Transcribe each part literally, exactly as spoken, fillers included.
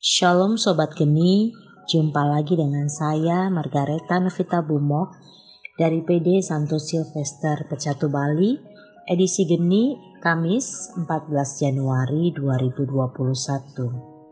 Shalom Sobat Geni, jumpa lagi dengan saya Margareta Novita Bumok dari P D Santo Silvester Pecatu Bali, edisi Geni Kamis empat belas Januari dua ribu dua puluh satu.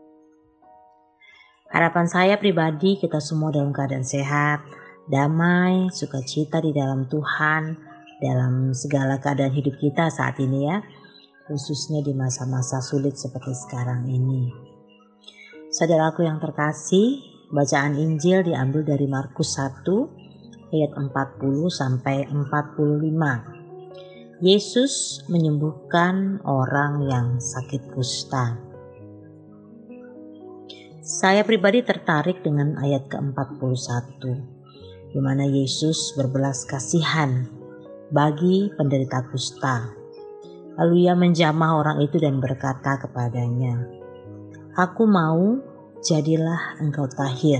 Harapan saya pribadi kita semua dalam keadaan sehat, damai, sukacita di dalam Tuhan, dalam segala keadaan hidup kita saat ini ya, khususnya di masa-masa sulit seperti sekarang ini. Saudaraku yang terkasih, bacaan Injil diambil dari Markus satu ayat empat puluh sampai empat puluh lima. Yesus menyembuhkan orang yang sakit kusta. Saya pribadi tertarik dengan ayat ke empat puluh satu, di mana Yesus berbelas kasihan bagi penderita kusta. Lalu ia menjamah orang itu dan berkata kepadanya, "Aku mau, jadilah engkau tahir."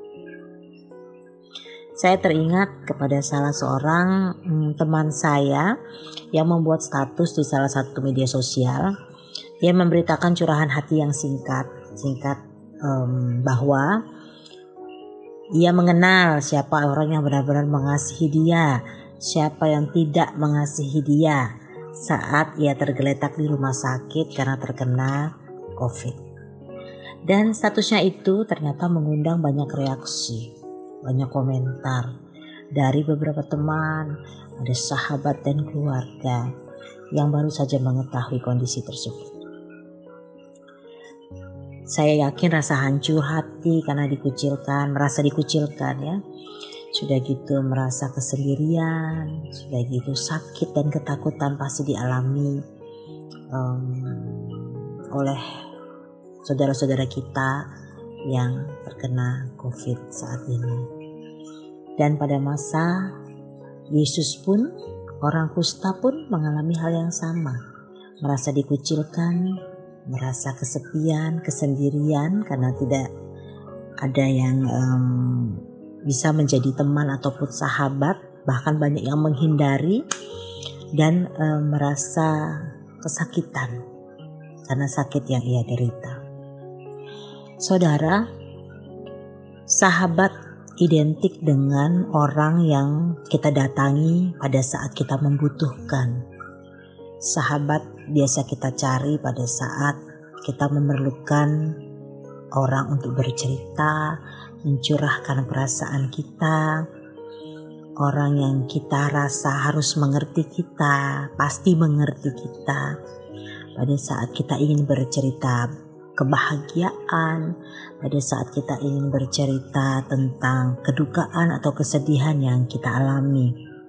Saya teringat kepada salah seorang hmm, teman saya yang membuat status di salah satu media sosial. Dia memberitakan curahan hati yang singkat, singkat um, bahwa ia mengenal siapa orang yang benar-benar mengasihi dia, siapa yang tidak mengasihi dia saat ia tergeletak di rumah sakit karena terkena COVID. Dan statusnya itu ternyata mengundang banyak reaksi, banyak komentar dari beberapa teman, ada sahabat dan keluarga yang baru saja mengetahui kondisi tersebut. Saya yakin rasa hancur hati karena dikucilkan, merasa dikucilkan ya. Sudah gitu merasa kesendirian, sudah gitu sakit dan ketakutan pasti dialami um, oleh saudara-saudara kita yang terkena COVID saat ini. Dan pada masa Yesus pun, orang kusta pun mengalami hal yang sama. Merasa dikucilkan, merasa kesepian, kesendirian karena tidak ada yang um, bisa menjadi teman ataupun sahabat. Bahkan banyak yang menghindari dan um, merasa kesakitan karena sakit yang ia derita. Saudara, sahabat identik dengan orang yang kita datangi pada saat kita membutuhkan. Sahabat biasa kita cari pada saat kita memerlukan orang untuk bercerita, mencurahkan perasaan kita. Orang yang kita rasa harus mengerti kita, pasti mengerti kita. Pada saat kita ingin bercerita kebahagiaan, pada saat kita ingin bercerita tentang kedukaan atau kesedihan yang kita alami.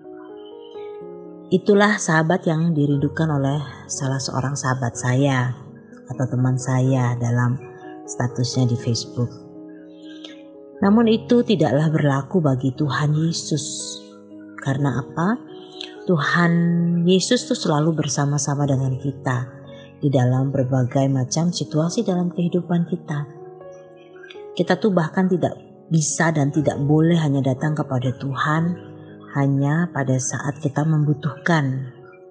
Itulah sahabat yang dirindukan oleh salah seorang sahabat saya atau teman saya dalam statusnya di Facebook. Namun itu tidaklah berlaku bagi Tuhan Yesus. Karena apa? Tuhan Yesus itu selalu bersama-sama dengan kita di dalam berbagai macam situasi dalam kehidupan kita. Kita tuh bahkan tidak bisa dan tidak boleh hanya datang kepada Tuhan hanya pada saat kita membutuhkan.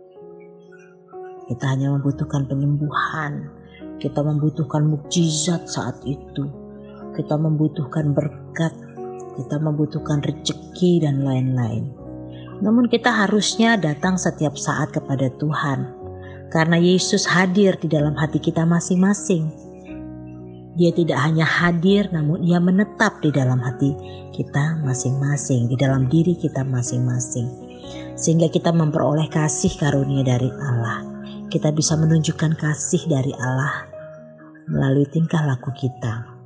Kita hanya membutuhkan penyembuhan, kita membutuhkan mukjizat saat itu, kita membutuhkan berkat, kita membutuhkan rezeki dan lain-lain. Namun kita harusnya datang setiap saat kepada Tuhan. Karena Yesus hadir di dalam hati kita masing-masing. Dia tidak hanya hadir, namun ia menetap di dalam hati kita masing-masing, di dalam diri kita masing-masing. Sehingga kita memperoleh kasih karunia dari Allah. Kita bisa menunjukkan kasih dari Allah melalui tingkah laku kita.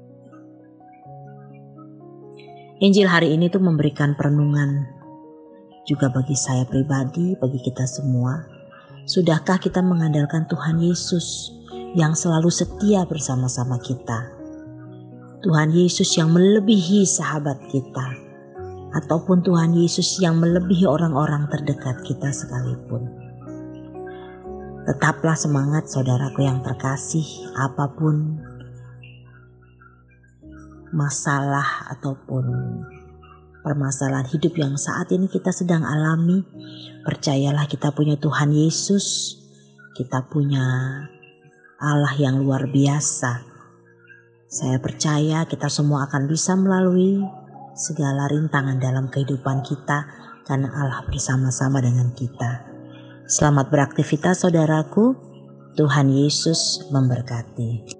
Injil hari ini tuh memberikan perenungan juga bagi saya pribadi, bagi kita semua. Sudahkah kita mengandalkan Tuhan Yesus yang selalu setia bersama-sama kita? Tuhan Yesus yang melebihi sahabat kita, ataupun Tuhan Yesus yang melebihi orang-orang terdekat kita sekalipun. Tetaplah semangat saudaraku yang terkasih, apapun masalah ataupun permasalahan hidup yang saat ini kita sedang alami, percayalah kita punya Tuhan Yesus, kita punya Allah yang luar biasa Saya percaya kita semua akan bisa melalui segala rintangan dalam kehidupan kita karena Allah bersama-sama dengan kita. Selamat beraktivitas saudaraku. Tuhan Yesus memberkati.